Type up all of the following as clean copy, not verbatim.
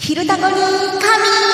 昼タコに神。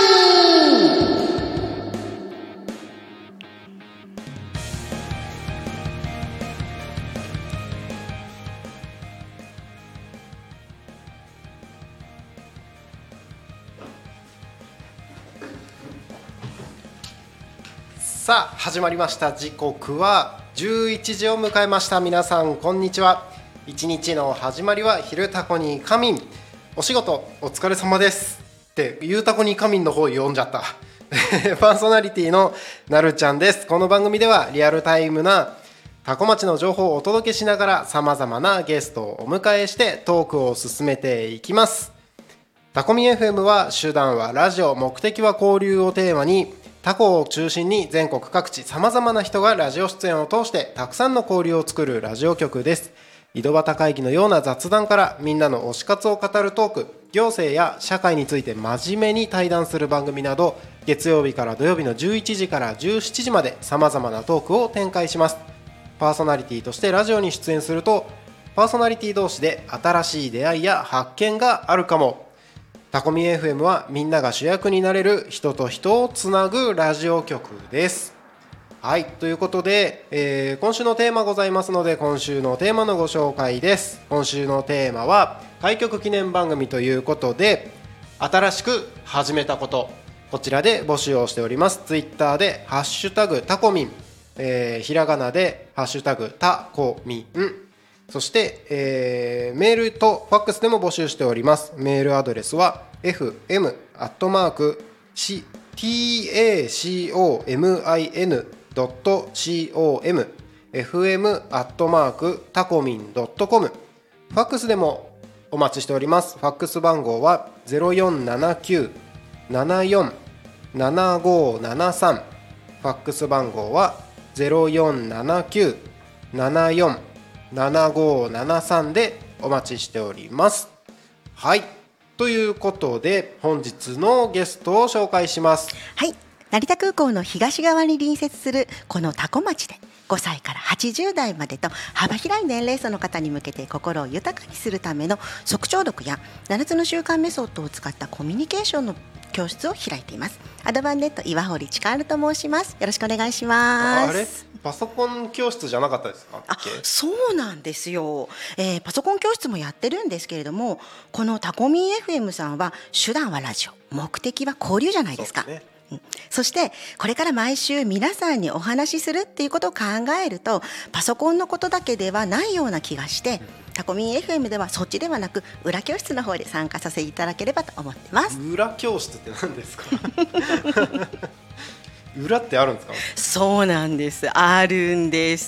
さあ始まりました。時刻は11時を迎えました。皆さんこんにちは。一日の始まりは昼タコに仮眠。お仕事お疲れ様ですってゆうたこに仮眠の方読んじゃったパーソナリティのなるちゃんです。この番組ではリアルタイムなタコ町の情報をお届けしながらさまざまなゲストをお迎えしてトークを進めていきます。タコミ FM は手段はラジオ、目的は交流をテーマにタコを中心に全国各地さまざまな人がラジオ出演を通してたくさんの交流を作るラジオ局です。井戸端会議のような雑談からみんなの推し活を語るトーク、行政や社会について真面目に対談する番組など、月曜日から土曜日の11時から17時までさまざまなトークを展開します。パーソナリティとしてラジオに出演するとパーソナリティ同士で新しい出会いや発見があるかも。タコミ FM はみんなが主役になれる人と人をつなぐラジオ局です。はい、ということで、今週のテーマございますので、今週のテーマのご紹介です。今週のテーマは開局記念番組ということで、新しく始めたこと、こちらで募集をしております。ツイッターでハッシュタグタコミン、ひらがなでハッシュタグタコミン、そして、メールとファックスでも募集しております。メールアドレスは fm@tacomin.com fm@tacomin.com。 ファックスでもお待ちしております。ファックス番号は 0479747573。ファックス番号は 0479747573でお待ちしております。はい、ということで本日のゲストを紹介します。 はい、成田空港の東側に隣接するこのタコ町で5歳から80代までと幅広い年齢層の方に向けて心を豊かにするための即聴読や7つの習慣メソッドを使ったコミュニケーションの教室を開いています。アドバンネット岩堀千佳と申します。よろしくお願いします。 あれ、パソコン教室じゃなかったですか？ そうなんですよ、パソコン教室もやってるんですけれども、このタコミン FM さんは手段はラジオ、目的は交流じゃないですか。 そうですね。 そしてこれから毎週皆さんにお話しするっていうことを考えると、パソコンのことだけではないような気がして、タコミン FM ではそっちではなく裏教室の方で参加させていただければと思ってます。 裏教室って何ですか？裏ってあるんですか？ そうなんです、あるんです。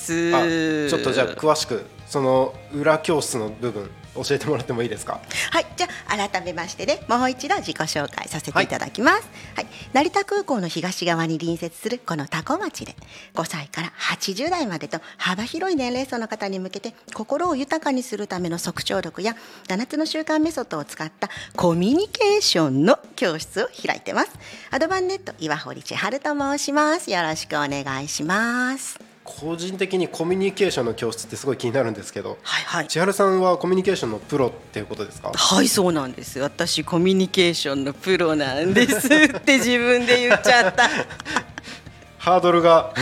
ちょっとじゃあ詳しくその裏教室の部分教えてもらってもいいですか？ はい、じゃあ改めましてね、もう一度自己紹介させていただきます。はい、成田空港の東側に隣接するこのタコ町で5歳から80代までと幅広い年齢層の方に向けて心を豊かにするための即聴力や7つの習慣メソッドを使ったコミュニケーションの教室を開いてます。アドバンネット岩堀千春と申します。よろしくお願いします。 個人的にコミュニケーションの教室ってすごい気になるんですけど、 はいはい、 千春さんはコミュニケーションのプロっていうことですか？ はい、そうなんです。私コミュニケーションのプロなんですって自分で言っちゃったハードルが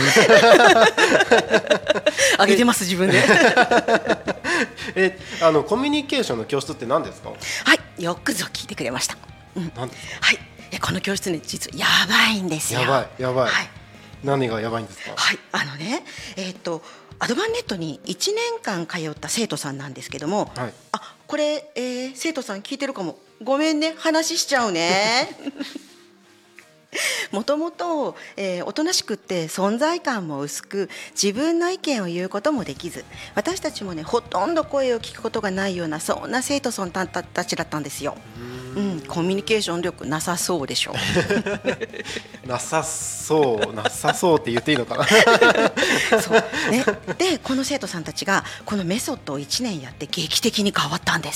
上げてます自分でコミュニケーションの教室って何ですか？ はい、よくぞ聞いてくれました、 何ですか？ はい、この教室ね、実はやばいんですよ。 やばい、 はい、 何がやばいんですか？ はい、アドバンネットに1年間通った生徒さんなんですけども、 はい、 これ、生徒さん聞いてるかも。ごめんね、話しちゃうねもともとおとなしくって存在感も薄く、自分の意見を言うこともできず、私たちもねほとんど声を聞くことがないような、そんな生徒さんたちだったんですよ。コミュニケーション力なさそうでしょなさそうって言っていいのかなそう、ね、でこの生徒さんたちがこのメソッドを1年やって劇的に変わったんです。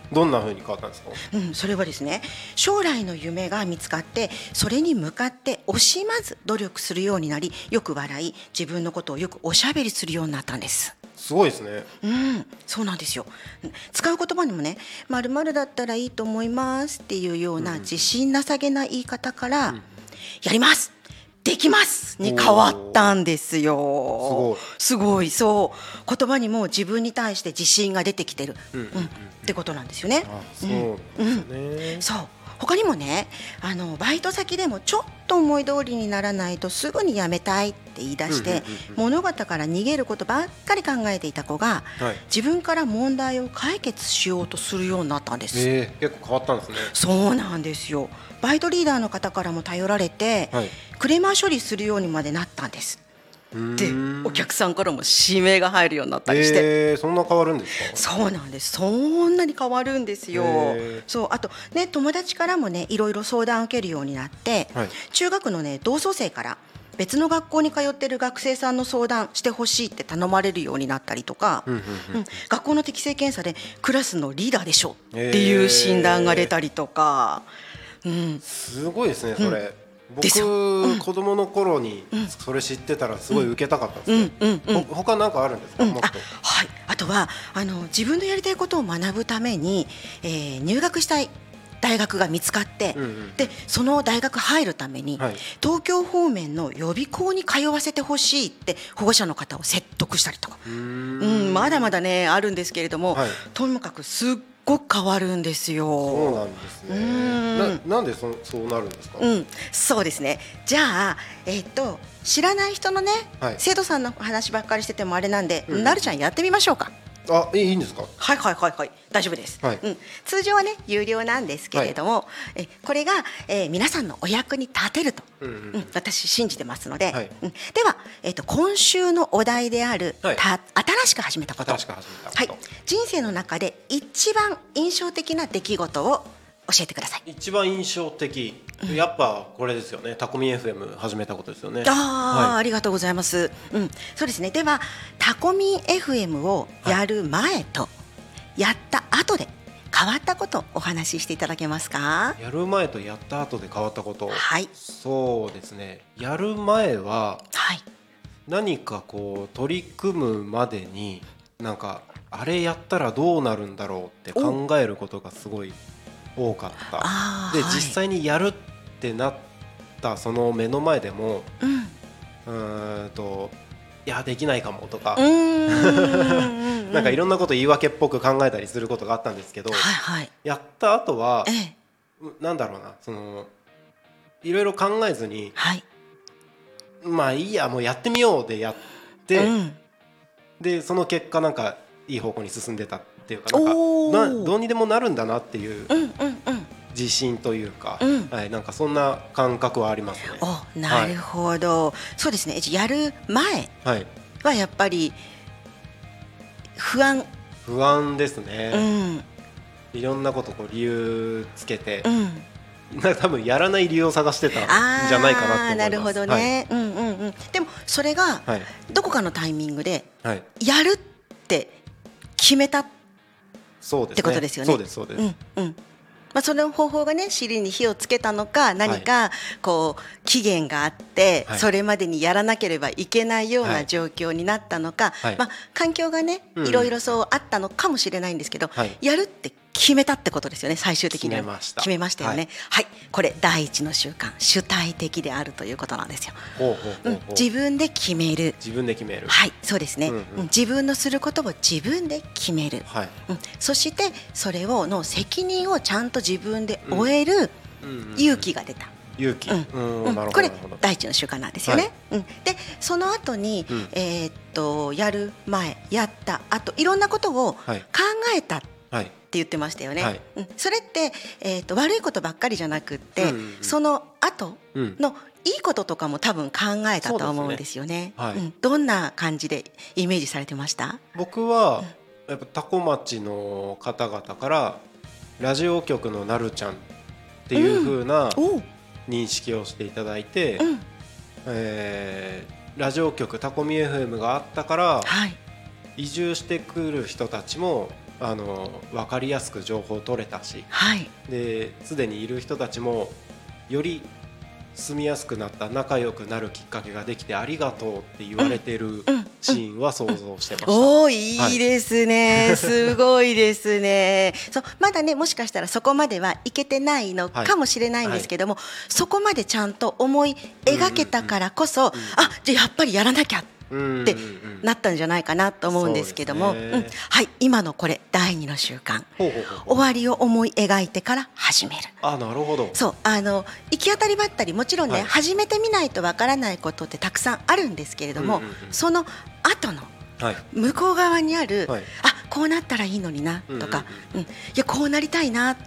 どんな風に変わったんですか？ それはですね、将来の夢が見つかってそれに向かって惜しまず努力するようになり、よく笑い自分のことをよくおしゃべりするようになったんです。 すごいですね。 そうなんですよ。使う言葉にもね、〇〇だったらいいと思いますっていうような自信なさげな言い方から、やりますできますに変わったんですよ。すごい。そう言葉にも自分に対して自信が出てきてる、ってことなんですよね。 そうですね。 そう他にもね、バイト先でもちょっと思い通りにならないとすぐに辞めたいって言い出して、物事から逃げることばっかり考えていた子が、自分から問題を解決しようとするようになったんです。 結構変わったんですね。 そうなんですよ。バイトリーダーの方からも頼られて、クレーマー処理するようにまでなったんです。でお客さんからも指名が入るようになったりして、 そんな変わるんですか？ そうなんです。そんなに変わるんですよ。そうあとね、友達からもねいろいろ相談を受けるようになって、中学のね同窓生から別の学校に通ってる学生さんの相談してほしいって頼まれるようになったりとか、学校の適性検査でクラスのリーダーでしょっていう診断が出たりとか、 すごいですねそれ。僕子供の頃にそれ知ってたらすごい受けたかったですね。他なんかあるんですか？もっと。 あとは自分のやりたいことを学ぶために、入学したい大学が見つかって、でその大学入るために、東京方面の予備校に通わせてほしいって保護者の方を説得したりとか、まだまだねあるんですけれども、ともかくすっごく変わるんですよ。 そうなんですね。なんでそうなるんですか？ そうですね。じゃあ知らない人のね、生徒さんの話ばっかりしててもあれなんで、なるちゃんやってみましょうか。 いいんですか？ はい大丈夫です、通常はね有料なんですけれども、これが、皆さんのお役に立てると、私信じてますので、では、今週のお題である、新しく始めたこと、人生の中で一番印象的な出来事を教えてください。 一番印象的、やっぱこれですよね。タコミ FM 始めたことですよね。 ありがとうございます。そうですね。ではタコミ FM をやる前とやった後で変わったことをお話ししていただけますか？ やる前とやった後で変わったこと、そうですね。やる前は、何かこう取り組むまでになんかあれやったらどうなるんだろうって考えることがすごい多かった。で実際にやるってなったその目の前でも、いやできないかもとかなんかいろんなこと言い訳っぽく考えたりすることがあったんですけど、やった後は、なんだろうな、いろいろ考えずに、まあいいやもうやってみようでやって、でその結果なんかいい方向に進んでたっていうか、なんかどうにでもなるんだなっていう自信というか、なんかそんな感覚はありますね。 なるほど、そうですね。やる前はやっぱり不安ですね。いろんなことこう理由つけて、多分やらない理由を探してたんじゃないかなと思います。 なるほどね。でもそれがどこかのタイミングでやるって決めたってことですよね。 そうです。 その方法がね、尻に火をつけたのか、何かこう期限があって、それまでにやらなければいけないような状況になったのか、環境がねいろいろそうあったのかもしれないんですけど、やるって決めたってことですよね。最終的には決めましたよね。これ第一の習慣、主体的であるということなんですよ。自分で決める。そうですね。自分のすることを自分で決める。そしてそれをの責任をちゃんと自分で負える勇気が出た。これ第一の習慣なんですよね。でその後に、やる前やった後いろんなことを考えたって言ってましたよね。それって、悪いことばっかりじゃなくって、その後のいいこととかも多分考えたと思うんですよね。どんな感じでイメージされてました？ 僕はやっぱ多古町の方々からラジオ局のなるちゃんっていう風な認識をしていただいて、ラジオ局タコミ FM があったから、移住してくる人たちも分かりやすく情報取れたし、 はい、 ですでにいる人たちもより住みやすくなった、仲良くなるきっかけができてありがとうって言われてるシーンは想像してました。 おー、いいですね、はい、すごいですね。そう、まだね、もしかしたらそこまではいけてないのかもしれないんですけども、はいはい、そこまでちゃんと思い描けたからこそ、じゃあやっぱりやらなきゃってなったんじゃないかなと思うんですけども、はい、今のこれ第2の習慣、終わりを思い描いてから始める。 あ、なるほど。 そう、行き当たりばったり、もちろんね、はい、始めてみないとわからないことってたくさんあるんですけれども、その後の向こう側にある、はい、こうなったらいいのになとか、いやこうなりたいなって、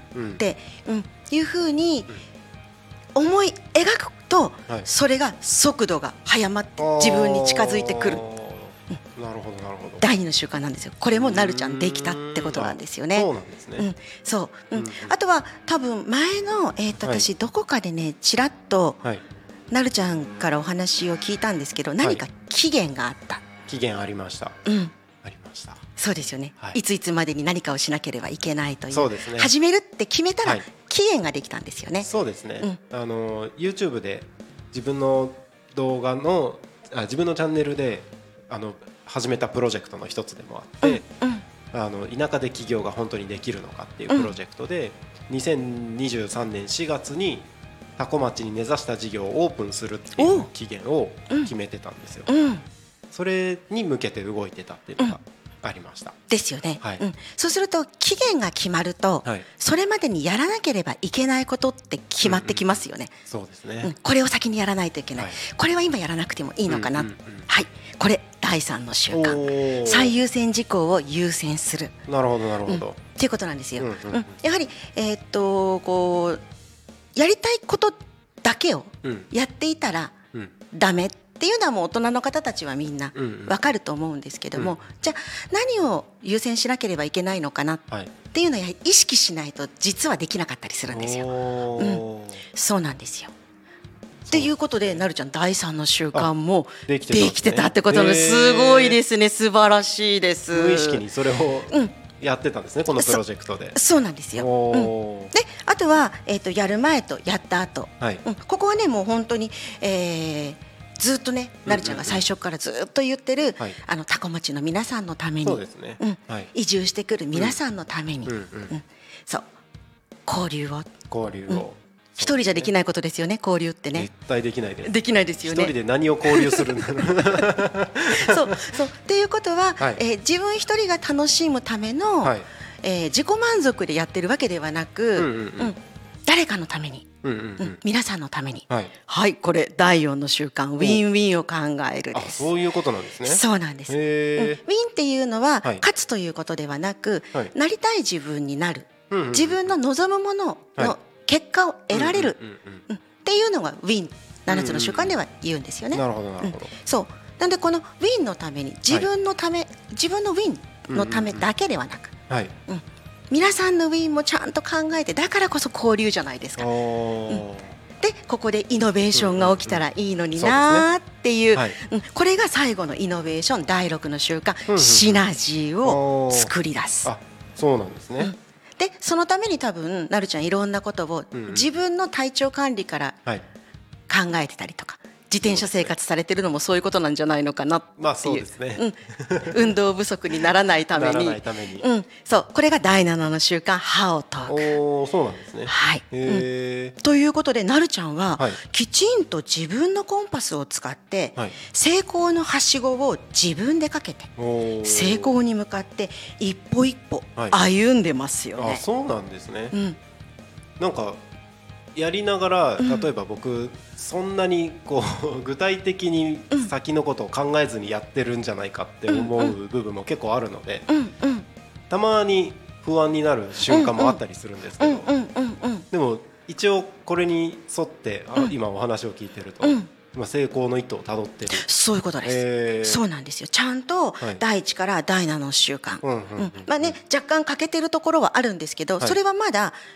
いうふうに思い描くと、それが速度が速まって自分に近づいてくる。 なるほどなるほど。 第2の習慣なんですよ。これもなるちゃんできたってことなんですよね。 そうなんですね。 そう、あとは多分前の、私どこかでねちらっと、なるちゃんからお話を聞いたんですけど、何か期限があった。 期限ありました。ありました。 そうですよね、いついつまでに何かをしなければいけないという。 そうですね。 始めるって決めたら期限ができたんですよね。 そうですね、YouTube で自分の動画の自分のチャンネルで始めたプロジェクトの一つでもあって、田舎で起業が本当にできるのかっていうプロジェクトで、2023年4月に多古町に根ざした事業をオープンするっていう期限を決めてたんですよ。それに向けて動いてたっていうのがありました。 ですよね、そうすると期限が決まると、それまでにやらなければいけないことって決まってきますよね。 そうですね、 これを先にやらないといけない、これは今やらなくてもいいのかな、はい、これ第3の習慣、最優先事項を優先する。 なるほどなるほど、 っていうことなんですよ。やはりこうやりたいことだけをやっていたらダメっていうのはもう大人の方たちはみんな分かると思うんですけども、じゃあ何を優先しなければいけないのかなっていうのをやはり意識しないと実はできなかったりするんですよ。そうなんですよ。っていうことで、なるちゃん第3の習慣もできてたってことですごいですね。素晴らしいです。 無意識にそれをやってたんですね、このプロジェクトで。 そうなんですよ。で、あとは、やる前とやった後、ここはねもう本当に、ずっとね、なるちゃんが最初からずっと言ってる、多古町の皆さんのために、移住してくる皆さんのために、そう交流を一人じゃできないことですよね、交流ってね。 絶対できないです。 できないですよね。 一人で何を交流するんだろう。 そうっていうことは、自分一人が楽しむための、自己満足でやってるわけではなく、誰かのために、皆さんのために、はい、これ第4の習慣、ウィンウィンを考えるです。 そういうことなんですね。 そうなんです。ウィンっていうのは、勝つということではなく、なりたい自分になる、自分の望むものの結果を得られるっていうのがウィン、7つの習慣では言うんですよね。 なるほどなるほど。 そうなんで、このウィンのために自分のため、自分のウィンのためだけではなく、皆さんのウィンもちゃんと考えて、だからこそ交流じゃないですか。でここでイノベーションが起きたらいいのになっていう、これが最後のイノベーション、第6の習慣、シナジーを作り出す。 そうなんですね。 でそのために多分なるちゃんいろんなことを自分の体調管理から考えてたりとか、自転車生活されてるのもそういうことなんじゃないのかなっていう、運動不足にならないために、そうこれが第7の習慣、歯を研ぐ。 そうなんですね。 はい、ということで、なるちゃんはきちんと自分のコンパスを使って成功のはしごを自分でかけて、成功に向かって一歩一歩歩んでますよね。 そうなんですね。なんかやりながら、例えば僕そんなにこう具体的に先のことを考えずにやってるんじゃないかって思う部分も結構あるので、たまに不安になる瞬間もあったりするんですけど、でも一応これに沿って今お話を聞いてると、成功の一途をたどってる。 そういうことです。そうなんですよ。ちゃんと第1から第7の習慣、まあね、若干欠けてるところはあるんですけど、それはまだ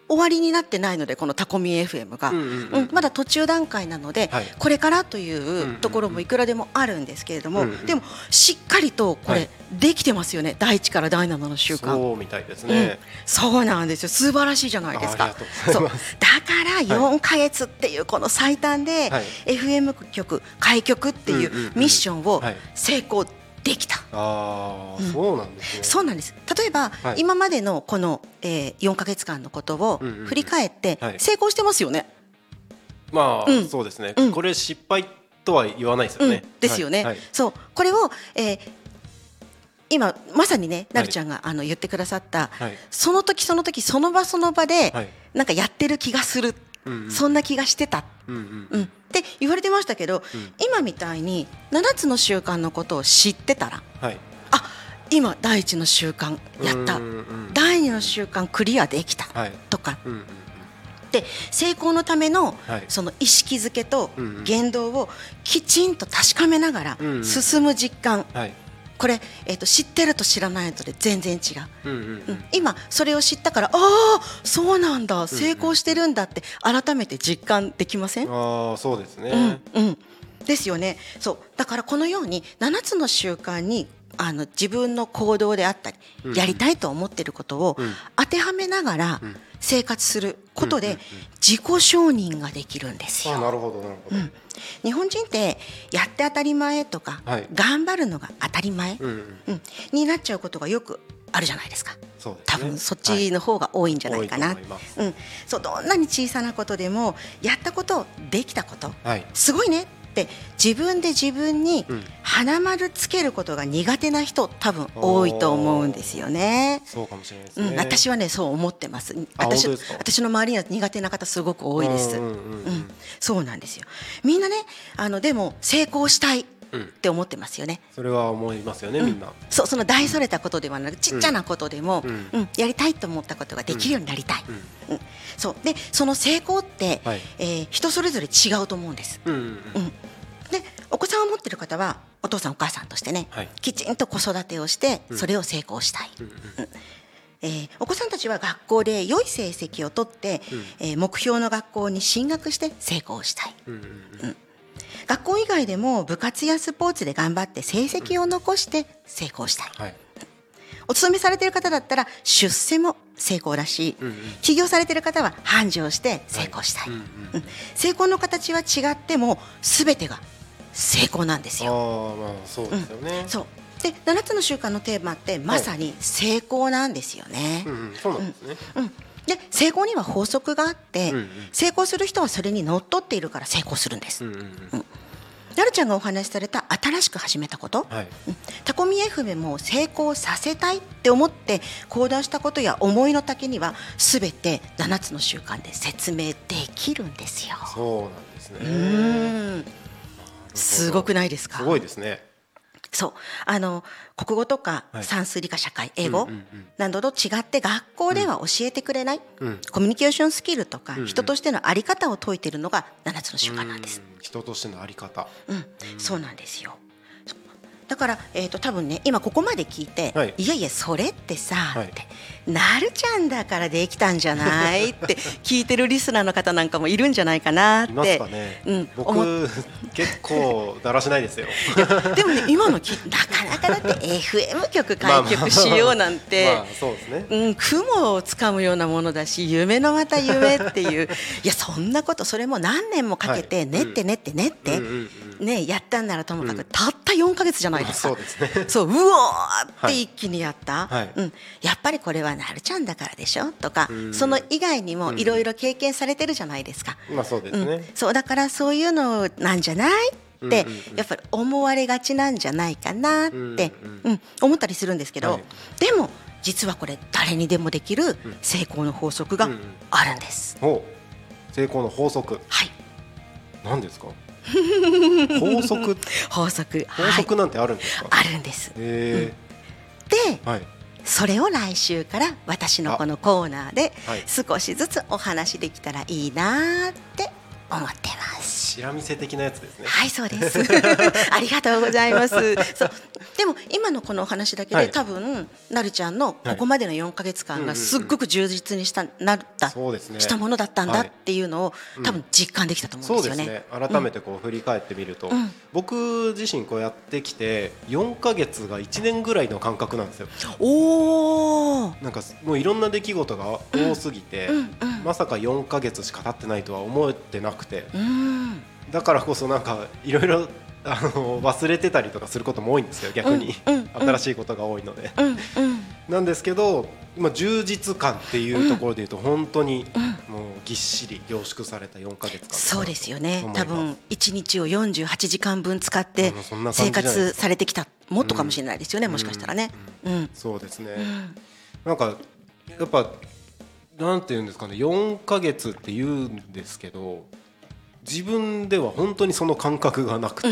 終わりになってないので、このタコミ FM が、まだ途中段階なので、はい、これからというところもいくらでもあるんですけれども、でもしっかりとこれできてますよね、第1から第7の習慣。 そうみたいですね、 そうなんですよ、素晴らしいじゃないですか。そうだから4ヶ月っていうこの最短で FM 局開局っていうミッションを成功できた。 そうなんですね。 そうなんです。例えば、今までのこの、4ヶ月間のことを振り返って成功してますよね。 まあ、そうですね、これ失敗とは言わないですよね。 ですよね。そうこれを、今まさにね、なるちゃんが言ってくださった、その時その時その場その場でなんかやってる気がする、そんな気がしてた、って言われてましたけど、今みたいに7つの習慣のことを知ってたら、今第1の習慣やった、第2の習慣クリアできた、とか、で成功のためのその意識づけと言動をきちんと確かめながら進む実感、これ、知ってると知らないので全然違う、今それを知ったから、そうなんだ、成功してるんだって改めて実感できません？ そうですね、 ですよね。そうだからこのように7つの習慣に自分の行動であったり、やりたいと思っていることを当てはめながら生活することで自己承認ができるんですよ。 なるほどなるほど。 日本人ってやって当たり前とか、頑張るのが当たり前、になっちゃうことがよくあるじゃないですか。多分そっちの方が多いんじゃないかな。そうどんなに小さなことでもやったことできたこと、すごいねって自分で自分に花丸つけることが苦手な人多分多いと思うんですよね。 そうかもしれないですね。 私はねそう思ってます。私の周りには苦手な方すごく多いです。そうなんですよ。みんなねでも成功したいって思ってますよね。 それは思いますよね、みんな。 その大それたことではなくちっちゃなことでも、やりたいと思ったことができるようになりたい。そうでその成功って、人それぞれ違うと思うんです。でお子さんを持っている方はお父さんお母さんとしてね、きちんと子育てをしてそれを成功したい。お子さんたちは学校で良い成績を取って、目標の学校に進学して成功したい。学校以外でも部活やスポーツで頑張って成績を残して成功したい。お勤めされている方だったら出世も成功だし、起業されている方は繁盛して成功したい。成功の形は違っても全てが成功なんですよ。 そうですよね。 そうで7つの習慣のテーマってまさに成功なんですよね。 そうなんですね。 で成功には法則があって、成功する人はそれにのっとっているから成功するんです。なるちゃんがお話しされた新しく始めたこと、タコミ FM も成功させたいって思って行動したことや思いの丈には全て7つの習慣で説明できるんですよ。 そうなんですね。 すごくないですか？ すごいですね。 そう国語とか算数理科社会英語などと違って学校では教えてくれない、コミュニケーションスキルとか人としての在り方を説いているのが7つの習慣なんです。 人としての在り方、 そうなんですよ。だから、多分ね今ここまで聞いて、いやいやそれってさ、ってなるちゃんだからできたんじゃないって聞いてるリスナーの方なんかもいるんじゃないかなって。いますかね。僕結構だらしないですよ。 でもね今のなかなかだって FM 局開局しようなんて雲をつかむようなものだし、夢のまた夢っていういやそんなことそれも何年もかけて練ってねやったんならともかくたった4ヶ月じゃないですか。そううわーって一気にやった、やっぱりこれはなるちゃんだからでしょとか、その以外にもいろいろ経験されてるじゃないですか。 そうですね。 そうだからそういうのなんじゃないってやっぱり思われがちなんじゃないかなって思ったりするんですけど、でも実はこれ誰にでもできる成功の法則があるんです。 成功の法則、何ですか？法則なんてあるんですか？ あるんです。で、それを来週から私のこのコーナーで少しずつお話できたらいいなって思ってます。 チラ見せ的なやつですね。 はいそうですありがとうございます。そうでも今のこのお話だけで、 はい多分なるちゃんのここまでの4ヶ月間がすっごく充実にそうですね、 したものだったんだはいっていうのを、多分実感できたと思うんそうですよね。 ですね。改めてこう振り返ってみると、 ん僕自身こうやってきて4ヶ月が1年ぐらいの感覚なんですよ。 おお、 なんかもういろんな出来事が多すぎて、まさか4ヶ月しか経ってないとは思ってなくて、だからこそなんかいろいろ忘れてたりとかすることも多いんですよ、逆に、新しいことが多いので、なんですけど、充実感っていうところでいうと本当にもうぎっしり凝縮された4ヶ月間。 そうですよね。多分1日を48時間分使って生活されてきた、もっとかもしれないですよね、もしかしたらね。 そうですね、なんかやっぱなんていうんですかね、4ヶ月って言うんですけど自分では本当にその感覚がなくて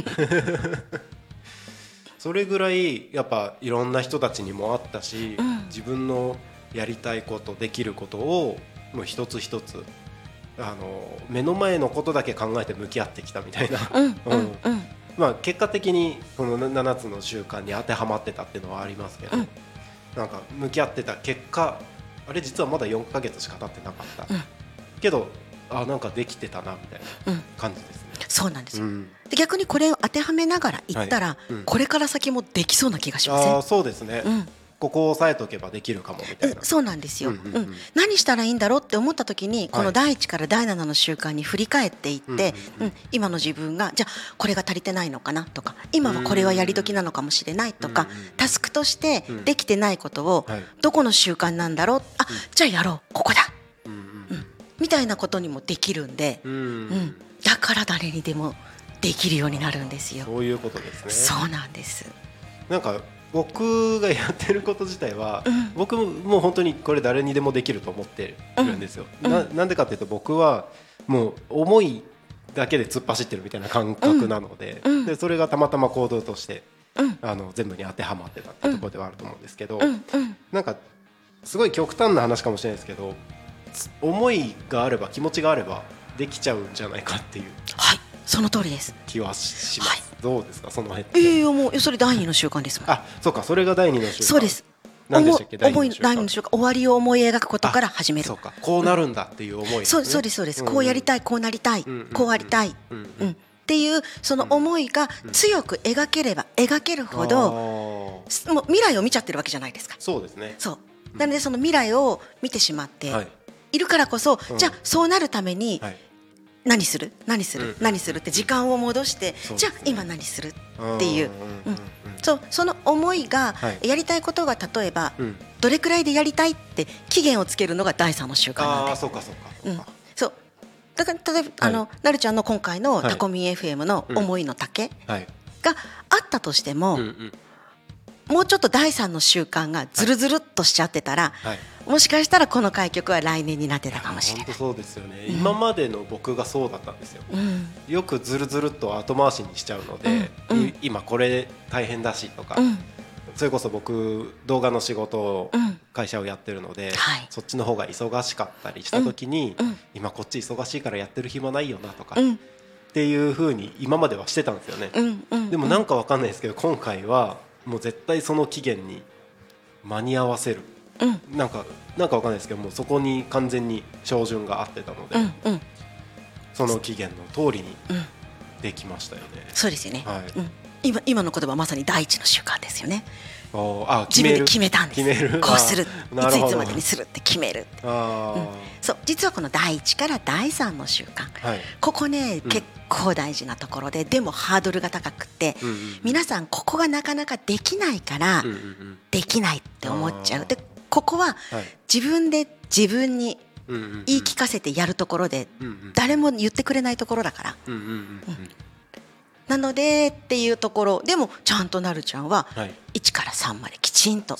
それぐらいやっぱいろんな人たちにも会ったし、自分のやりたいことできることをもう一つ一つ目の前のことだけ考えて向き合ってきたみたいな、結果的にこの7つの習慣に当てはまってたっていうのはありますけど、なんか向き合ってた結果、あれ実はまだ4ヶ月しか経ってなかった、けどなんかできてたなみたいな感じですね。 そうなんですよ、で逆にこれを当てはめながら言ったら、これから先もできそうな気がしません？ そうですね、ここを押さえとけばできるかもみたいな。 そうなんですよ、何したらいいんだろうって思った時に、この第1から第7の習慣に振り返っていって、今の自分がじゃあこれが足りてないのかなとか、今はこれはやり時なのかもしれないとか、タスクとしてできてないことをどこの習慣なんだろう、じゃあやろう、ここだ、みたいなことにもできるんで、だから誰にでもできるようになるんですよ。 そういうことですね。 そうなんです。 なんか僕がやってること自体は、僕もう本当にこれ誰にでもできると思ってるんですよ。なんでかっていうと、僕はもう思いだけで突っ走ってるみたいな感覚なので、でそれがたまたま行動として全部に当てはまってたっていうところではあると思うんですけど、なんかすごい極端な話かもしれないですけど、思いがあれば気持ちがあればできちゃうんじゃないかっていう、 はい、その通りです。 気はします。どうですか、その辺って。 もうそれ第2の習慣ですもん。 そうか、それが第2の習慣。 そうです。 何でしたっけ、第2 の習慣、終わりを思い描くことから始める。 そうか、こうなるんだっていう思いですね。 そうですそうです。こうやりたい、こうなりたい、こうありたい、っていうその思いが強く描ければ描けるほど、もう未来を見ちゃってるわけじゃないですか。 そうですね。 そうなので、その未来を見てしまっているからこそ、じゃあそうなるために何するって時間を戻して、じゃあ今何するっていう、その思いが、やりたいことが例えば、どれくらいでやりたいって期限をつけるのが第3の習慣なんで。 そうだから例えば、なるちゃんの今回のタコミ FM の思いの丈があったとしても、もうちょっと第3の習慣がずるずるっとしちゃってたら、もしかしたらこの開局は来年になってたかもしれない。 本当そうですよね、今までの僕がそうだったんですよ、よくずるずるっと後回しにしちゃうので、今これ大変だしとか、それこそ僕動画の仕事を会社をやってるので、そっちの方が忙しかったりした時に、今こっち忙しいからやってる暇ないよなとか、っていう風に今まではしてたんですよね。でもなんかわかんないですけど、今回はもう絶対その期限に間に合わせる、なんかわかんないですけど、もうそこに完全に照準が合ってたので、その期限の通りにできましたよね。 そうですよね、今の言葉まさに第一の習慣ですよね。 自分で決めたんです。こうする、いついつまでにするって決める。そう、実はこの第1から第3の習慣、ここね、結構大事なところで、でもハードルが高くて、皆さんここがなかなかできないからできないって思っちゃう。でここは自分で自分に言い聞かせてやるところで、誰も言ってくれないところだから、なのでっていうところでも、ちゃんとなるちゃんは1から3まできちんと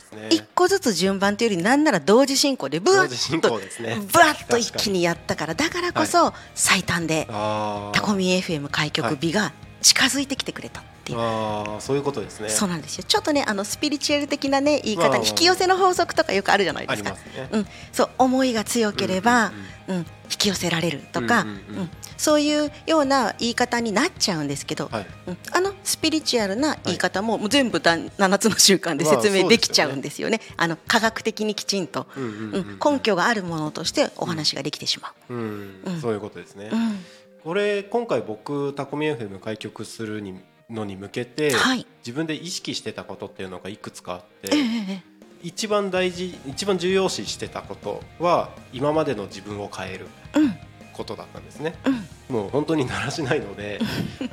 1個ずつ順番というより、なんなら同時進行でブワッと一気にやったから、だからこそ最短でタコミ FM 開局日が近づいてきてくれたっていう、 そういうことですね。 そうなんですよ。ちょっとね、スピリチュアル的なね言い方に引き寄せの法則とかよくあるじゃないですか。そう、思いが強ければ引き寄せられるとか、そういうような言い方になっちゃうんですけど、スピリチュアルな言い方も、もう全部7つの習慣で説明できちゃうんですよね。科学的にきちんと、根拠があるものとしてお話ができてしまう。 そういうことですね。これ今回僕タコミ FM 開局するのに向けて、自分で意識してたことっていうのがいくつかあって、一番重要視してたことは今までの自分を変えることだったんですね。もう本当にだらしないので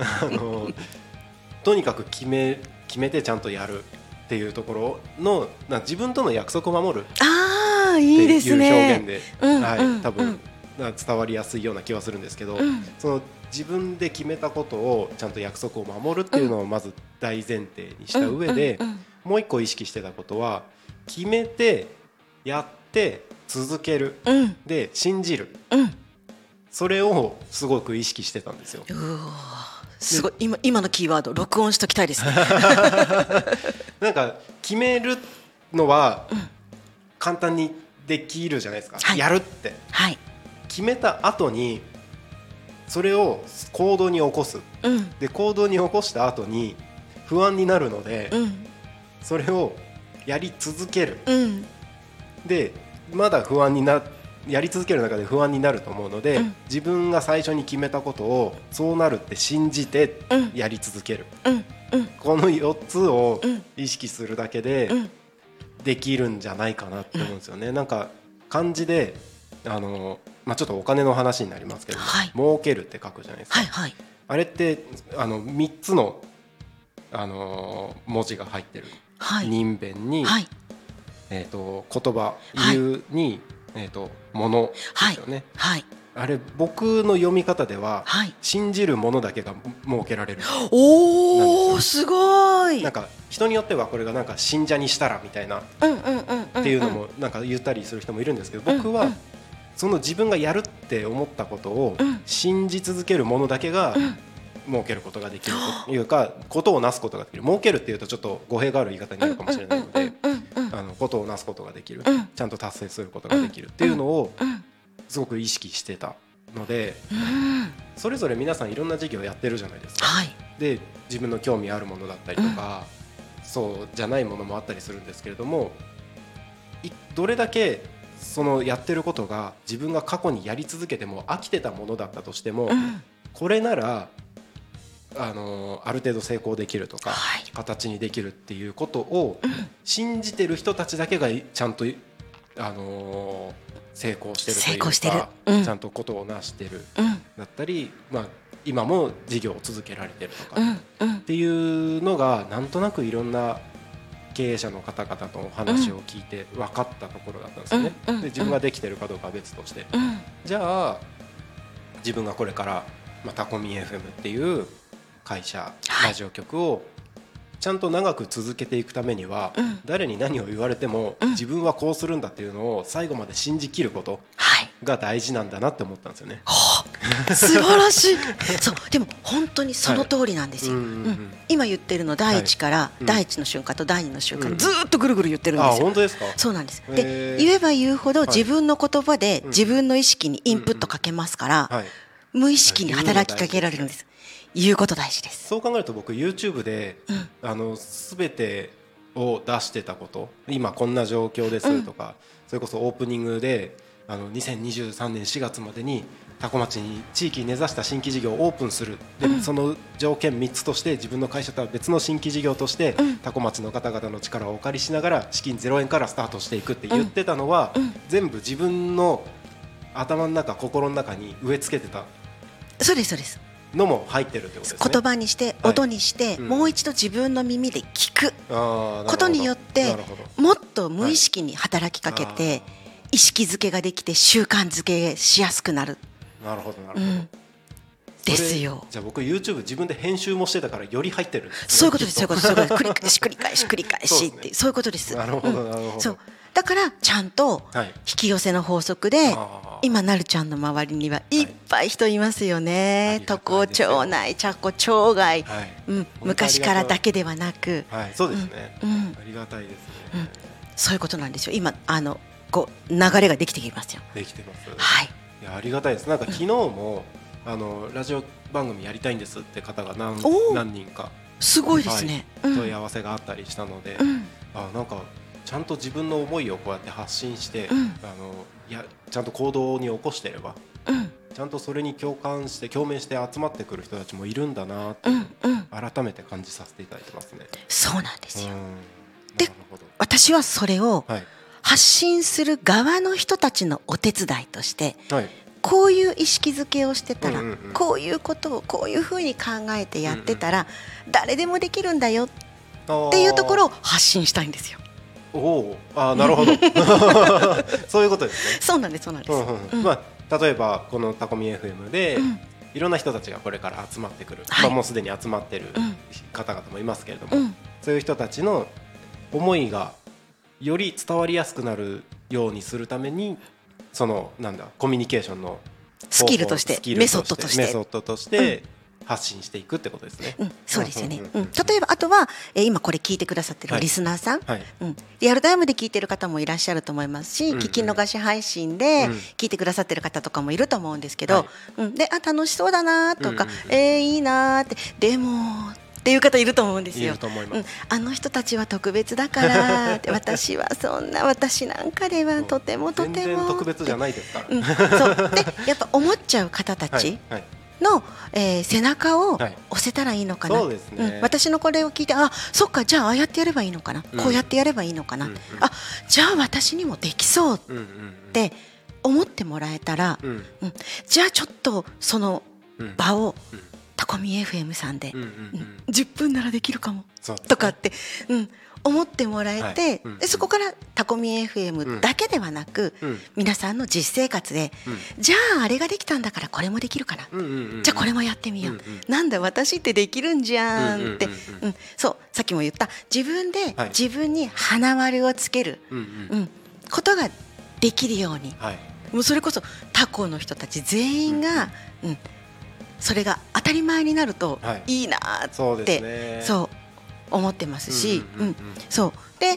とにかく決めてちゃんとやるっていうところの自分との約束を守るっていう表現で多分伝わりやすいような気はするんですけど、その自分で決めたことをちゃんと約束を守るっていうのをまず大前提にした上で、もう一個意識してたことは決めてやって続ける、で信じる、それをすごく意識してたんですよ。 すごい、今のキーワード録音しときたいですねなんか決めるのは簡単にできるじゃないですか、やるって、決めた後にそれを行動に起こす、で行動に起こした後に不安になるので、それをやり続ける、でまだやり続ける中で不安になると思うので、自分が最初に決めたことをそうなるって信じてやり続ける、この4つを意識するだけでできるんじゃないかなって思うんですよね。なんか漢字でちょっとお金の話になりますけど、儲けるって書くじゃないですか、あれって3つの、文字が入ってる、人弁に、言葉、言うに、物ですよね、あれ僕の読み方では、信じるものだけが儲けられる。 おー、すごい。 なんか人によってはこれがなんか信者にしたらみたいなっていうのもなんか言ったりする人もいるんですけど、僕はその自分がやるって思ったことを信じ続けるものだけが儲けることができるというか、ことをなすことができる。儲けるっていうとちょっと語弊がある言い方になるかもしれないので、ことをなすことができる、ちゃんと達成することができるっていうのをすごく意識してたので、それぞれ皆さんいろんな事業をやってるじゃないですか、で自分の興味あるものだったりとか、そうじゃないものもあったりするんですけれども、どれだけそのやってることが自分が過去にやり続けても飽きてたものだったとしても、これならある程度成功できるとか、形にできるっていうことを信じてる人たちだけがちゃんと、成功してるというか、ちゃんとことをなしてる、だったり、今も事業を続けられてるとか、っていうのがなんとなくいろんな経営者の方々とお話を聞いて分かったところだったんですよね。で自分ができてるかどうかは別として、じゃあ自分がこれからタコミ FM っていう会社、ラジオ局をちゃんと長く続けていくためには、誰に何を言われても自分はこうするんだっていうのを最後まで信じきることが大事なんだなって思ったんですよね。 素晴らしいそうでも本当にその通りなんですよ、今言ってるの第一から第一の瞬間と第二の瞬間、ずっとぐるぐる言ってるんですよ。 本当ですか？ そうなんです。で言えば言うほど自分の言葉で自分の意識にインプットかけますから、無意識に働きかけられるんです。言うこと大事です。 そう考えると僕 YouTube で、全てを出してたこと、今こんな状況ですとか、それこそオープニングで2023年4月までに多古町に地域に根ざした新規事業をオープンする、でその条件3つとして自分の会社とは別の新規事業として多古町の方々の力をお借りしながら資金0円からスタートしていくって言ってたのは、全部自分の頭の中、心の中に植え付けてた。 そうですそうですのも入ってるってことですね。 言葉にして音にして、もう一度自分の耳で聞くことによってもっと無意識に働きかけて、意識づけができて習慣づけしやすくなる。 なるほどなるほど、 ですよ。 じゃあ僕 YouTube 自分で編集もしてたからより入ってるんですね。 そういうことですそういうことです繰り返し繰り返し繰り返しってそういうことです。 なるほどなるほど。 そうだからちゃんと引き寄せの法則で、今なるちゃんの周りにはいっぱい人いますよね。都江町内、茶子町外、昔からだけではなく、 そうですね、ありがたいですね、 そういうことなんですよ。今こう流れができてきますよ。 できてます。 いやありがたいです。なんか昨日もラジオ番組やりたいんですって方が何人かすごいですね、 問い合わせがあったりしたので、なんかちゃんと自分の思いをこうやって発信して、ちゃんと行動に起こしてれば、ちゃんとそれに共鳴して集まってくる人たちもいるんだなって、改めて感じさせていただいてますね。 そうなんですよ。で、私はそれを発信する側の人たちのお手伝いとして、こういう意識づけをしてたら、こういうことをこういうふうに考えてやってたら、誰でもできるんだよっていうところを発信したいんですよ。 なるほどそういうことですね。 そうなんです、そうなんです。 例えばこのタコミ FM で、いろんな人たちがこれから集まってくる、もうすでに集まってる方々もいますけれども、そういう人たちの思いがより伝わりやすくなるようにするために、そのコミュニケーションのスキルとしてメソッドとして発信していくってことですね。 そうですよね。例えばあとは、今これ聞いてくださってるリスナーさん、リアルタイムで聞いてる方もいらっしゃると思いますし、聞き逃し配信で聞いてくださってる方とかもいると思うんですけど、で楽しそうだなとか、いいなって、でもっていう方いると思うんですよ。あの人たちは特別だから私は私なんかではとても全然特別じゃないですから、 そうでやっぱ思っちゃう方たちの、背中を押せたらいいのかな、私のこれを聞いて、そっか、じゃあああやってやればいいのかな、こうやってやればいいのかな、じゃあ私にもできそうって思ってもらえたら、じゃあちょっとその場をタコミ FM さんで、10分ならできるかもとかって、思ってもらえて、そこからタコミ FM だけではなく、皆さんの実生活で、じゃああれができたんだからこれもできるかな、じゃあこれもやってみよう、なんだ私ってできるんじゃんって、そうさっきも言った自分で自分に花丸をつけることができるように、もうそれこそタコの人たち全員が、それが当たり前になるといいなってそう思ってますし、そうで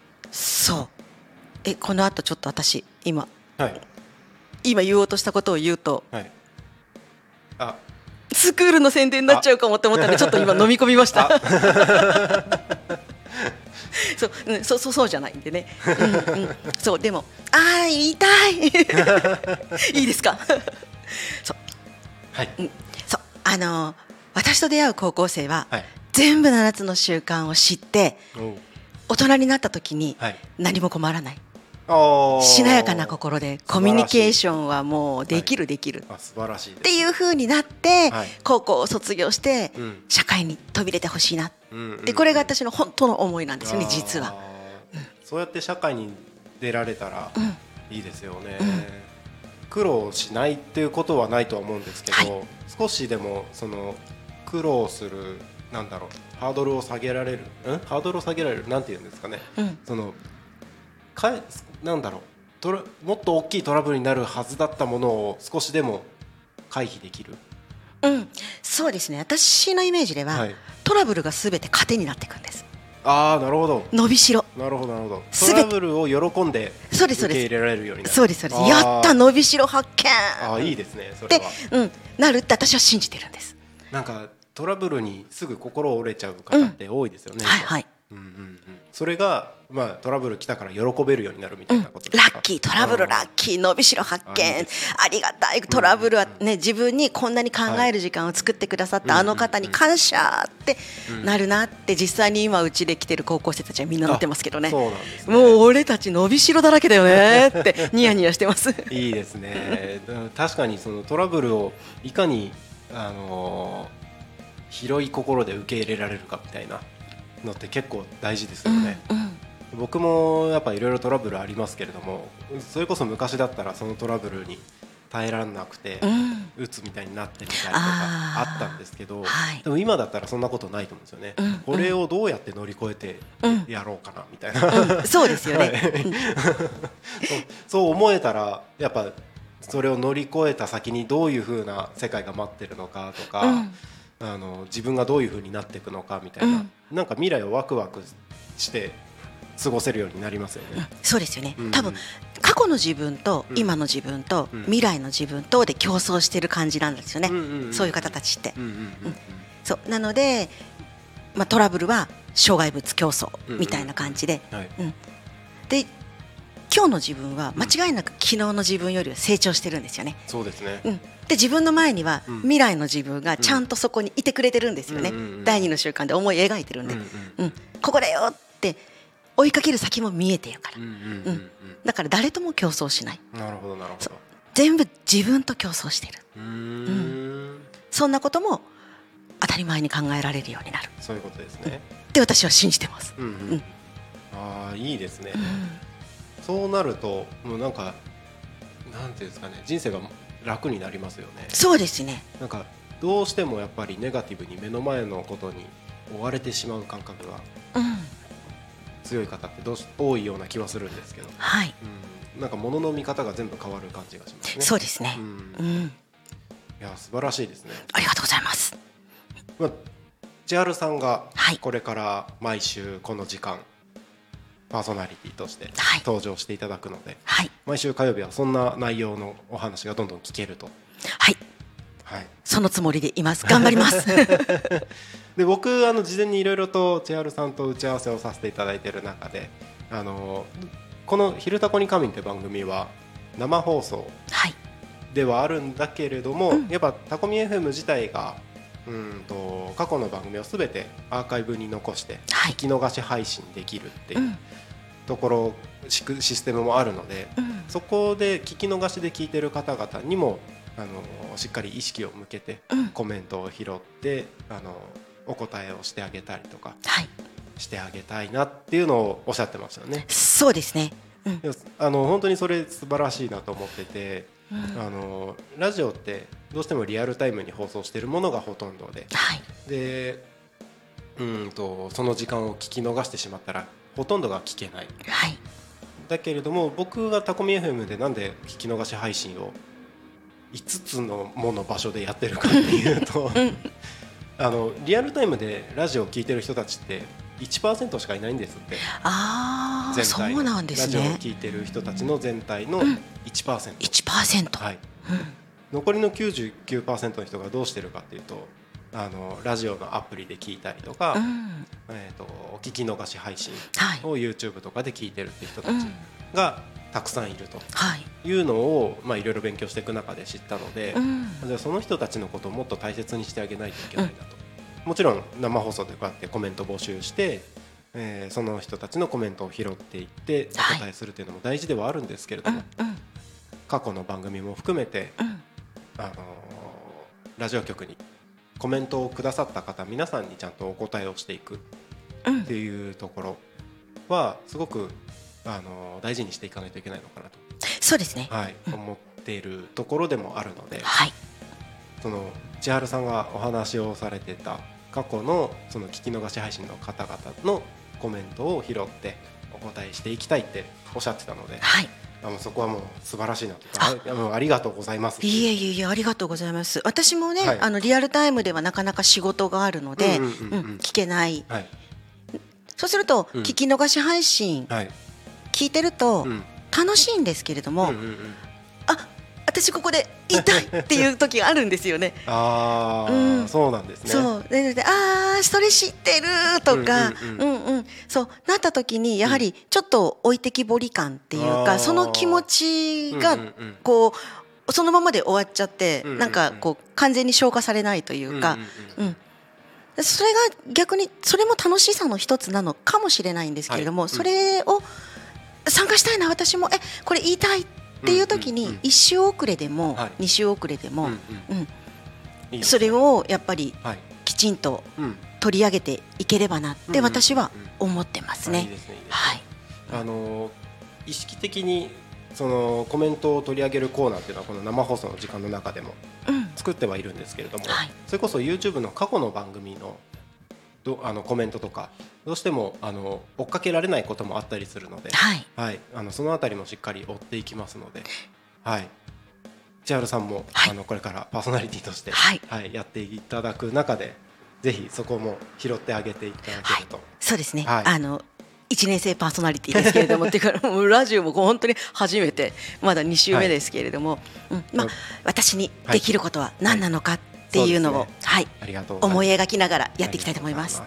この後ちょっと私今言おうとしたことを言うと、スクールの宣伝になっちゃうかもって思ったんで、ちょっと今飲み込みましたそうじゃないんでね、そうでも言いたいいいですか私と出会う高校生は、全部7つの習慣を知って大人になった時に何も困らない、しなやかな心でコミュニケーションはもうできる素晴らしいっていう風になって、高校を卒業して社会に飛び出てほしいなって、これが私の本当の思いなんですよね、実は。 そうやって社会に出られたらいいですよね。苦労しないっていうことはないとは思うんですけど、少しでもその苦労するハードルを下げられるなんて言うんですかね、そのもっと大きいトラブルになるはずだったものを少しでも回避できる。 そうですね、私のイメージでは、トラブルがすべて糧になっていくんです。 なるほど。 伸びしろ。 なるほど。トラブルを喜んで受け入れられるようになる。 そうです。やった伸びしろ発見。 いいですね。それは。 なるって私は信じてるんです。 なんかトラブルにすぐ心折れちゃう方って多いですよね。それがトラブル来たから喜べるようになるみたいなことですか。 ラッキートラブルラッキー伸びしろ発見、ありがたいトラブルはね、自分にこんなに考える時間を作ってくださったあの方に感謝ってなるなって、実際に今うちで来てる高校生たちはみんななってますけどね。もう俺たち伸びしろだらけだよねってニヤニヤしてますいいですね。確かにそのトラブルをいかに広い心で受け入れられるかみたいなのって結構大事ですよね。僕もやっぱいろいろトラブルありますけれども、それこそ昔だったらそのトラブルに耐えられなくて鬱みたいになってみたりとかあったんですけど、でも今だったらそんなことないと思うんですよね。これをどうやって乗り越えてやろうかなみたいな、 そうですよねそう思えたら、やっぱそれを乗り越えた先にどういう風な世界が待ってるのかとか、自分がどういう風になっていくのかみたいな、なんか未来をワクワクして過ごせるようになりますよね。 そうですよね。多分過去の自分とうん今の自分とうん未来の自分とで競争してる感じなんですよね、 うんうんうんうんそういう方たちって、 うんうんうんそうなので、トラブルは障害物競争みたいな感じで、 うんはいで今日の自分は間違いなく昨日の自分よりは成長してるんですよね、 そうですね。 で自分の前にはうん未来の自分がちゃんとそこにいてくれてるんですよね、 うんうんうん第二の習慣で思い描いてるんで、 うんここだよって追いかける先も見えてるから、 うんうんうんだから誰とも競争しない、 なるほどなるほど。 全部自分と競争してる、 うんそんなことも当たり前に考えられるようになるそういうことですね。 って私は信じてます、 うんうんうんああいいですね。 うんそうなるともうなんかなんていうんですかね、人生が楽になりますよね。 そうですね、 なんかどうしてもやっぱりネガティブに目の前のことに追われてしまう感覚が強い方って多いような気はするんですけど、 はい、 なんか物の見方が全部変わる感じがしますね。 そうですね、 いや素晴らしいですね。 ありがとうございます。 千春さんがはいこれから毎週この時間パーソナリティとしてはい登場していただくので、 はい毎週火曜日はそんな内容のお話がどんどん聞けると。 はい、 はい、 そのつもりでいます。頑張ります。 で僕事前にいろいろと千春さんと打ち合わせをさせていただいている中でこの「昼タコに仮眠」って番組は生放送はい、 ではあるんだけれども、やっぱタコミ FM 自体が過去の番組をすべてアーカイブに残してはい聞き逃し配信できるっていうところシステムもあるので、そこで聞き逃しで聞いてる方々にもしっかり意識を向けてコメントを拾ってお答えをしてあげたりとかはい、 してあげたいなっていうのをおっしゃってましたよね。 そうですね。 本当にそれ素晴らしいなと思ってて、ラジオってどうしてもリアルタイムに放送しているものがほとんどで、 はい、 でその時間を聞き逃してしまったらほとんどが聞けない。 はい、 だけれども僕がタコミ FM でなんで聞き逃し配信を5つのもの場所でやってるかっていうとリアルタイムでラジオを聞いてる人たちって 1% しかいないんですって。 ああ、そうなんですラジオをね。 聞いてる人たちの全体の 1%、 1%。 はい、残りの 99% の人がどうしてるかっていうとラジオのアプリで聞いたりとか、聞き逃し配信を YouTube とかで聞いてるって人たちがたくさんいるというのをいろいろ勉強していく中で知ったので、じゃあその人たちのことをもっと大切にしてあげないといけないなと、もちろん生放送でこうやってコメント募集して、その人たちのコメントを拾っていってお答えするというのも大事ではあるんですけれども、過去の番組も含めて、ラジオ局にコメントをくださった方皆さんにちゃんとお答えをしていくっていうところはすごく大事にしていかないといけないのかなと、 そうですね、 思っているところでもあるので、 はい、 その千春さんがお話をされてた過去のその聞き逃し配信の方々のコメントを拾ってお答えしていきたいっておっしゃってたので、そこはもう素晴らしいなとありがとうございます。 いえいえいえ、ありがとうございます。私もね、リアルタイムではなかなか仕事があるので聞けない、そうすると、聞き逃し配信、聞いてると楽しいんですけれども、私ここで言いたいっていう時があるんですよね。 そうなんですね。 そうでそれ知ってるとかそうなった時にやはりちょっと置いてきぼり感っていうか、その気持ちがこうそのままで終わっちゃって、なんかこう完全に消化されないというか、それが逆にそれも楽しさの一つなのかもしれないんですけれども、それを参加したいな、私もこれ言いたいっていう時に1週遅れでも2週遅れでもそれをやっぱりきちんと取り上げていければなって私は思ってますね。 意識的にそのコメントを取り上げるコーナーっていうのはこの生放送の時間の中でも作ってはいるんですけれども、それこそ YouTube の過去の番組のコメントとかどうしても追っかけられないこともあったりするので、そのあたりもしっかり追っていきますので、千春さんもこれからパーソナリティとしてやっていただく中でぜひそこも拾ってあげていただけると。 そうですね、 1年生パーソナリティですけれどもっていうかもうラジオも本当に初めてまだ2週目ですけれども、私にできることは何なのかっていうのを、思い描きながらやっていきたいと思います。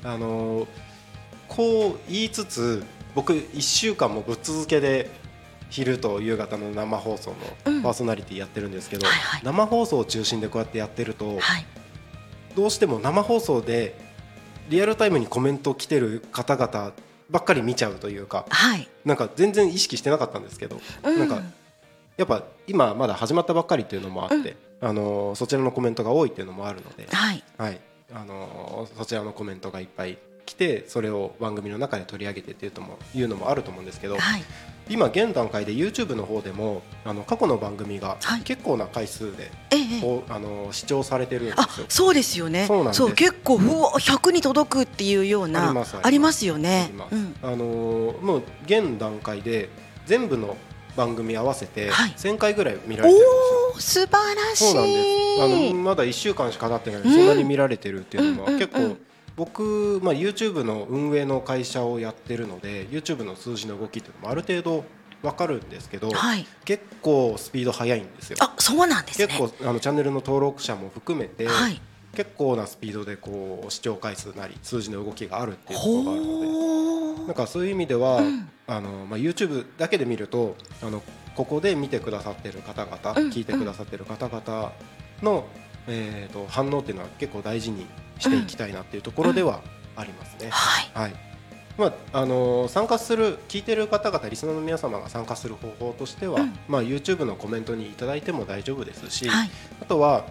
こう言いつつ僕1週間もぶっ続けで昼と夕方の生放送のパーソナリティやってるんですけど、生放送を中心でこうやってやってると、どうしても生放送でリアルタイムにコメント来てる方々ばっかり見ちゃうというか、なんか全然意識してなかったんですけど、なんかやっぱ今まだ始まったばっかりっていうのもあって、そちらのコメントが多いっていうのもあるので、そちらのコメントがいっぱい来てそれを番組の中で取り上げてっていうのもあると思うんですけど、今現段階で YouTube の方でも過去の番組が結構な回数で、視聴されてるんですよ。 そうですよね。そう結構100に届くっていうようなありますよね。 もう現段階で全部の番組合わせて1000回ぐらい見られてるんですよ。 素晴らしい。 そうなんです。まだ1週間しか経ってないのにそんなに見られてるっていうのは結構僕、YouTube の運営の会社をやってるので YouTube の数字の動きっていうのもある程度分かるんですけど、結構スピード速いんですよ。 そうなんですね。 結構チャンネルの登録者も含めて、結構なスピードでこう視聴回数なり数字の動きがあるっていうところがあるので、なんかそういう意味では、YouTube だけで見るとここで見てくださってる方々、聞いてくださってる方々の、反応っていうのは結構大事にしていきたいなっていうところではありますね。参加する聞いてる方々リスナーの皆様が参加する方法としては、YouTube のコメントにいただいても大丈夫ですし、あとは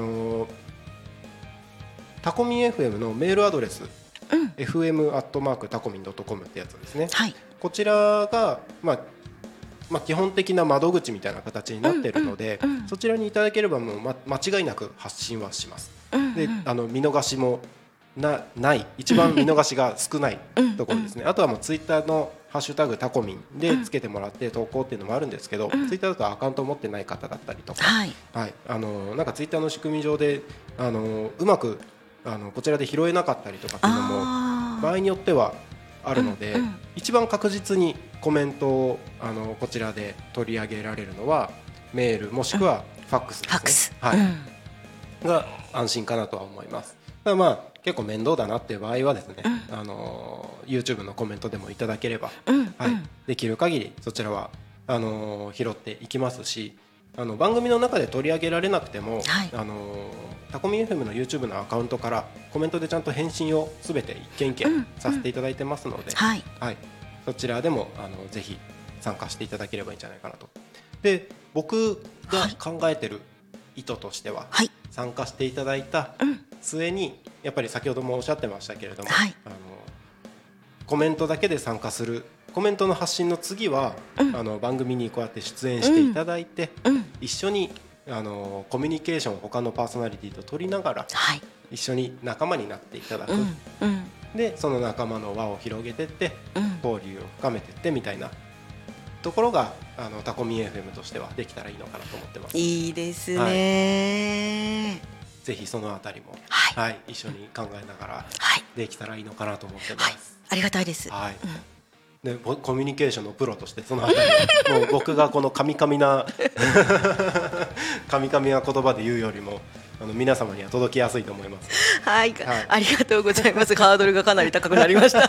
タコミン FM のメールアドレス、fm@tacomin.com ってやつですね。こちらが基本的な窓口みたいな形になっているので、そちらにいただければもう間違いなく発信はします。で見逃しもない一番見逃しが少ないところですね。あとはもうツイッターのハッシュタグタコミンでつけてもらって投稿っていうのもあるんですけど、ツイッターだとアカウントを持ってない方だったりとか、なんかツイッターの仕組み上でうまくこちらで拾えなかったりとかっていうのも場合によってはあるので、一番確実にコメントをこちらで取り上げられるのはメールもしくはファックスですね。が安心かなとは思います。ただ結構面倒だなっていう場合はですね、YouTube のコメントでもいただければ、できる限りそちらは拾っていきますし、番組の中で取り上げられなくても、タコミ FM の YouTube のアカウントからコメントでちゃんと返信をすべて一件一件させていただいてますので、そちらでもぜひ参加していただければいいんじゃないかなと。で僕が考えてる意図としては、参加していただいた末にやっぱり先ほどもおっしゃってましたけれども、コメントだけで参加する、コメントの発信の次は、番組にこうやって出演していただいて、一緒にコミュニケーションを他のパーソナリティと取りながら、一緒に仲間になっていただく、でその仲間の輪を広げていって、交流を深めていってみたいなところがタコミ FM としてはできたらいいのかなと思ってます。 いいですね。 ぜひそのあたりも、一緒に考えながらできたらいいのかなと思ってます。 ありがたいです。 でコミュニケーションのプロとしてそのあたりもう僕がこのカミカミな言葉で言うよりも皆様には届きやすいと思います。 ありがとうございます。ハードルがかなり高くなりました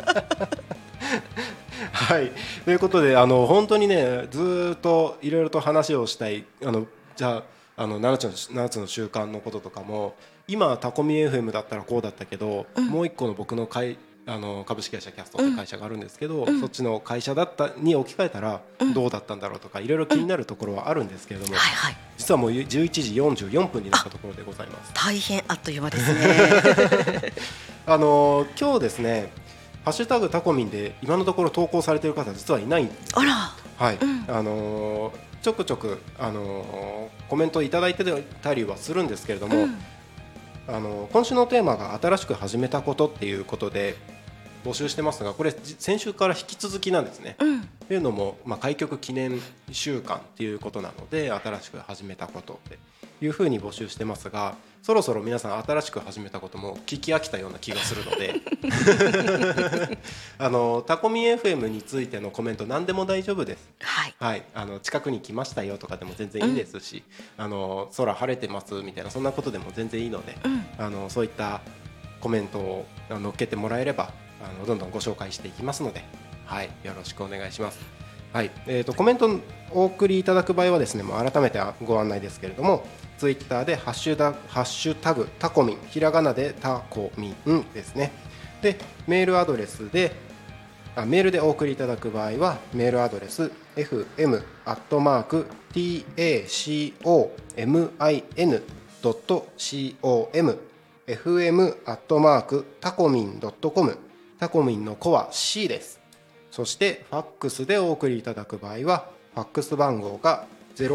ということで本当にねずっといろいろと話をしたいじゃあ7つの習慣のこととかも今タコミ FM だったらこうだったけど、もう一個の僕の株式会社キャストって会社があるんですけど、そっちの会社に置き換えたらどうだったんだろうとかいろいろ気になるところはあるんですけれども、実はもう11時44分になったところでございます。 大変あっという間ですね今日ですねハッシュタグタコミンで今のところ投稿されている方実はいないんです。ちょくちょくコメントいただいてたりはするんですけれども、今週のテーマが新しく始めたことっていうことで募集してますが、これ先週から引き続きなんですね。 というのも、開局記念週間っていうことなので新しく始めたことっていうふうに募集してますが、そろそろ皆さん新しく始めたことも聞き飽きたような気がするのでタコミン FM についてのコメント何でも大丈夫です。はい、近くに来ましたよとかでも全然いいですし、空晴れてますみたいなそんなことでも全然いいので、そういったコメントを載っけてもらえればどんどんご紹介していきますので、はい、よろしくお願いします。はい、コメントをお送りいただく場合はですね、もう改めてご案内ですけれども、ツイッターでハッシュタグタコミン、ひらがなでタコミンですね。でメールアドレスでメールでお送りいただく場合はメールアドレス fm@tacomin.com fm@tacomin.com タコミンの子は C です。そしてファックスでお送りいただく場合はファックス番号が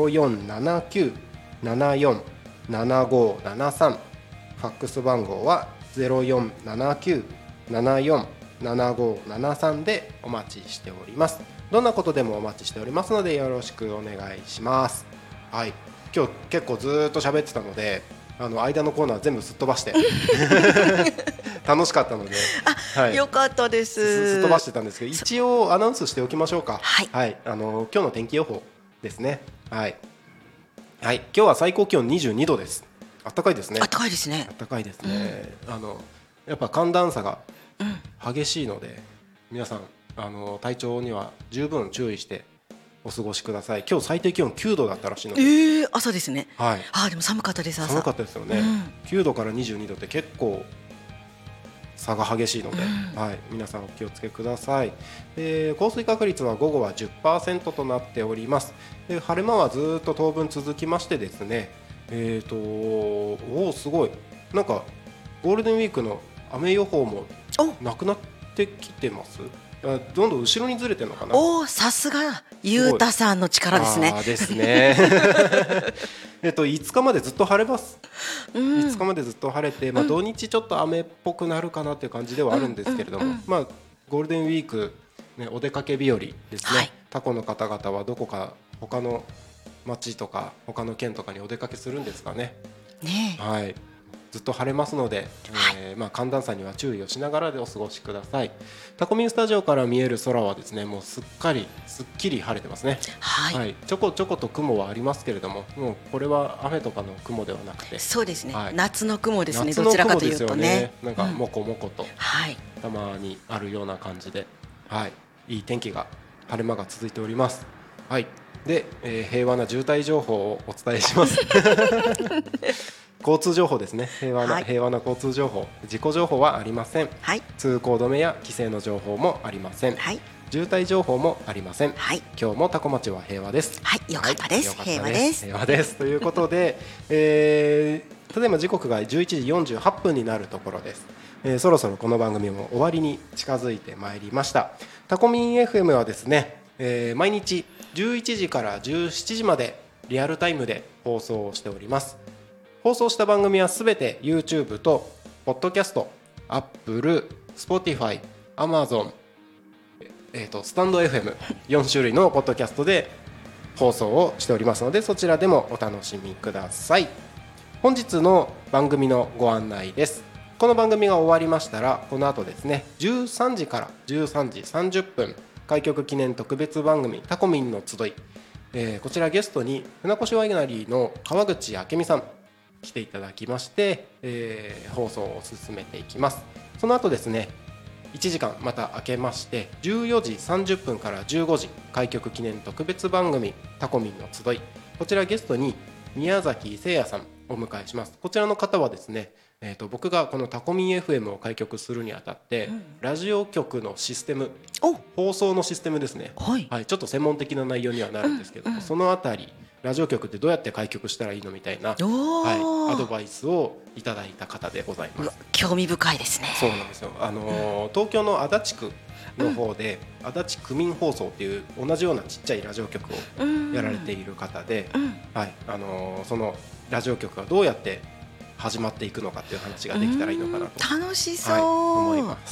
0479747573 ファックス番号は 0479747573 でお待ちしております。どんなことでもお待ちしておりますのでよろしくお願いします。はい、今日結構ずっと喋ってたので間のコーナー全部すっ飛ばして楽しかったので、 はい、よかったです。 すっ飛ばしてたんですけど、一応アナウンスしておきましょうか。はい、今日の天気予報ですね。はい、今日は最高気温22度です。暖かいですね。 暖かいですね。 暖かいですね。やっぱ寒暖差が激しいので、皆さん体調には十分注意してお過ごしください。今日最低気温9度だったらしいので、 朝ですね。はい。でも寒かったです。朝寒かったですよね。9度から22度って結構差が激しいので、はい、皆さんお気をつけください。降水確率は午後は 10% となっております。晴れ間はずっと当分続きましてですね、すごいなんかゴールデンウィークの雨予報もなくなってきてます。どんどん後ろにずれてるのかな。 さすがゆうたさんの力ですね。 ですね5日までずっと晴れます。5日までずっと晴れて、土日ちょっと雨っぽくなるかなっていう感じではあるんですけれども、ゴールデンウィーク、お出かけ日和ですね。タコの方々はどこか他の町とか他の県とかにお出かけするんですかね。はい、ずっと晴れますので、寒暖差には注意をしながらでお過ごしください。タコミンスタジオから見える空はですね、もうすっきり晴れてますね。はい、ちょこちょこと雲はありますけれども、もうこれは雨とかの雲ではなくて、 そうですね、夏の雲ですね。どちらかというとね、 なんかもこもことたまにあるような感じで、いい天気が晴れ間が続いております。はい、で、平和な渋滞情報をお伝えします交通情報ですね。平和な交通情報、事故情報はありません。通行止めや規制の情報もありません。渋滞情報もありません。今日もタコ町は平和です。 よかったです。平和です。ということで、ただいま時刻が11時48分になるところです。そろそろこの番組も終わりに近づいてまいりました。タコミン FM はですね、毎日11時から17時までリアルタイムで放送をしております。放送した番組はすべて YouTube と Podcast、Apple、Spotify、Amazon、スタンド FM4 種類のポッドキャストで放送をしておりますので、そちらでもお楽しみください。本日の番組のご案内です。この番組が終わりましたら、この後ですね、13時から13時30分開局記念特別番組タコミンの集い、こちらゲストに船越ワイナリーの川口明美さん来ていただきまして、放送を進めていきます。その後ですね、1時間また空けまして14時30分から15時開局記念特別番組タコミンの集い、こちらゲストに宮崎誠也さんをお迎えします。こちらの方はですね、僕がこのタコミン FM を開局するにあたって、ラジオ局のシステム、放送のシステムですね、ちょっと専門的な内容にはなるんですけども、そのあたりラジオ局ってどうやって開局したらいいのみたいな、アドバイスをいただいた方でございます。 興味深いですね。 そうなんですよ。東京の足立区の方で、足立区民放送っていう同じようなちっちゃいラジオ局をやられている方で、そのラジオ局がどうやって始まっていくのかっていう話ができたらいいのかなと楽しそう、 思います。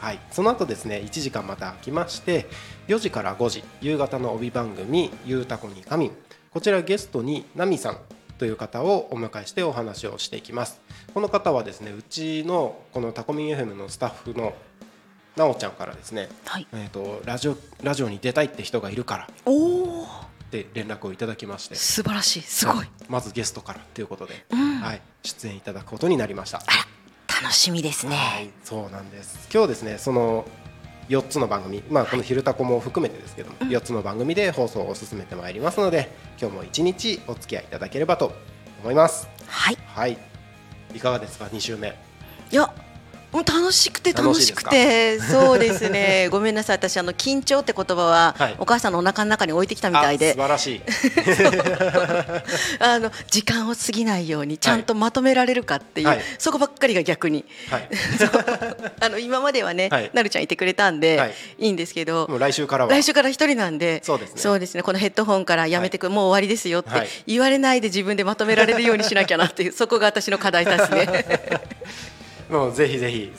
はい、その後ですね1時間また空きまして4時から5時夕方の帯番組ゆうたこにかみん、こちらゲストにナミさんという方をお迎えしてお話をしていきます。この方はですねうちのこのタコミン FM のスタッフのなおちゃんからですね、 はい、 ラジオに出たいって人がいるからおーで連絡をいただきまして、 素晴らしい、すごい、 まずゲストからということで、 うんはい、出演いただくことになりました。 あら楽しみですね。 はい、そうなんです。今日ですねその4つの番組、この昼タコも含めてですけども、4つの番組で放送を進めてまいりますので、今日も1日お付き合いいただければと思います。 はい、 はい、いかがですか2週目。 いやもう楽しくてそうですねごめんなさい、私緊張って言葉は、はい、お母さんのお腹の中に置いてきたみたいで、 素晴らしい時間を過ぎないようにちゃんとまとめられるかっていう、はい、そこばっかりが逆に、はい、今まではね、はい、なるちゃんいてくれたんで、はい、いいんですけど、 もう来週から一人なんで、そうですねこのヘッドホンからやめてく、はい、もう終わりですよって言われないで自分でまとめられるようにしなきゃなっていうそこが私の課題ですねもうぜひぜひ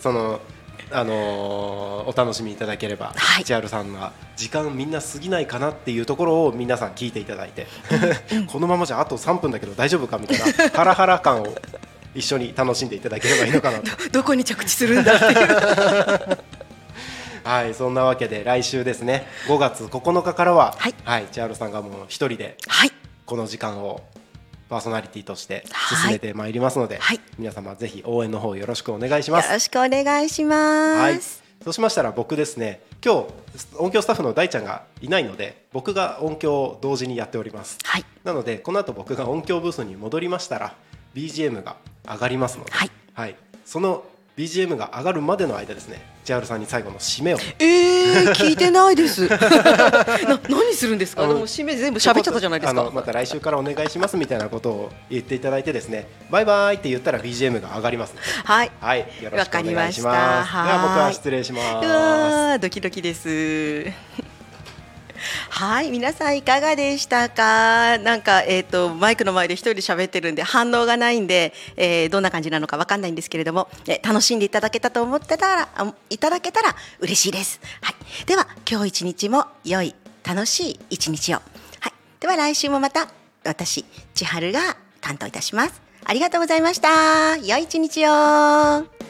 お楽しみいただければ、はい、千春さんが時間みんな過ぎないかなっていうところを皆さん聞いていただいてこのままじゃあと3分だけど大丈夫かみたいなハラハラ感を一緒に楽しんでいただければいいのかなとどこに着地するんだっていうはい、そんなわけで来週ですね5月9日からは、はいはい、千春さんがもう一人でこの時間をパーソナリティとして進めてまいりますので、はい、皆様ぜひ応援の方よろしくお願いします。 よろしくお願いします、はい、 そうしましたら僕ですね今日音響スタッフの大ちゃんがいないので僕が音響を同時にやっております、はい、なのでこの後僕が音響ブースに戻りましたら BGM が上がりますので、はいはい、その BGM が上がるまでの間ですね千春さんに最後の締めを聞いてないです何するんですか。でも締め全部喋っちゃったじゃないですか。 また来週からお願いしますみたいなことを言っていただいてですねバイバイって言ったら BGM が上がりますので、はい、はい、よろしくお願いします。では僕は失礼します。 うわドキドキですはい、皆さんいかがでしたか。なんか、マイクの前で一人で喋ってるんで反応がないんで、どんな感じなのか分かんないんですけれども、楽しんでいただけたと思っていただけたら嬉しいです、はい、では今日一日も良い楽しい一日を、はい、では来週もまた私千春が担当いたします。ありがとうございました。良い一日を。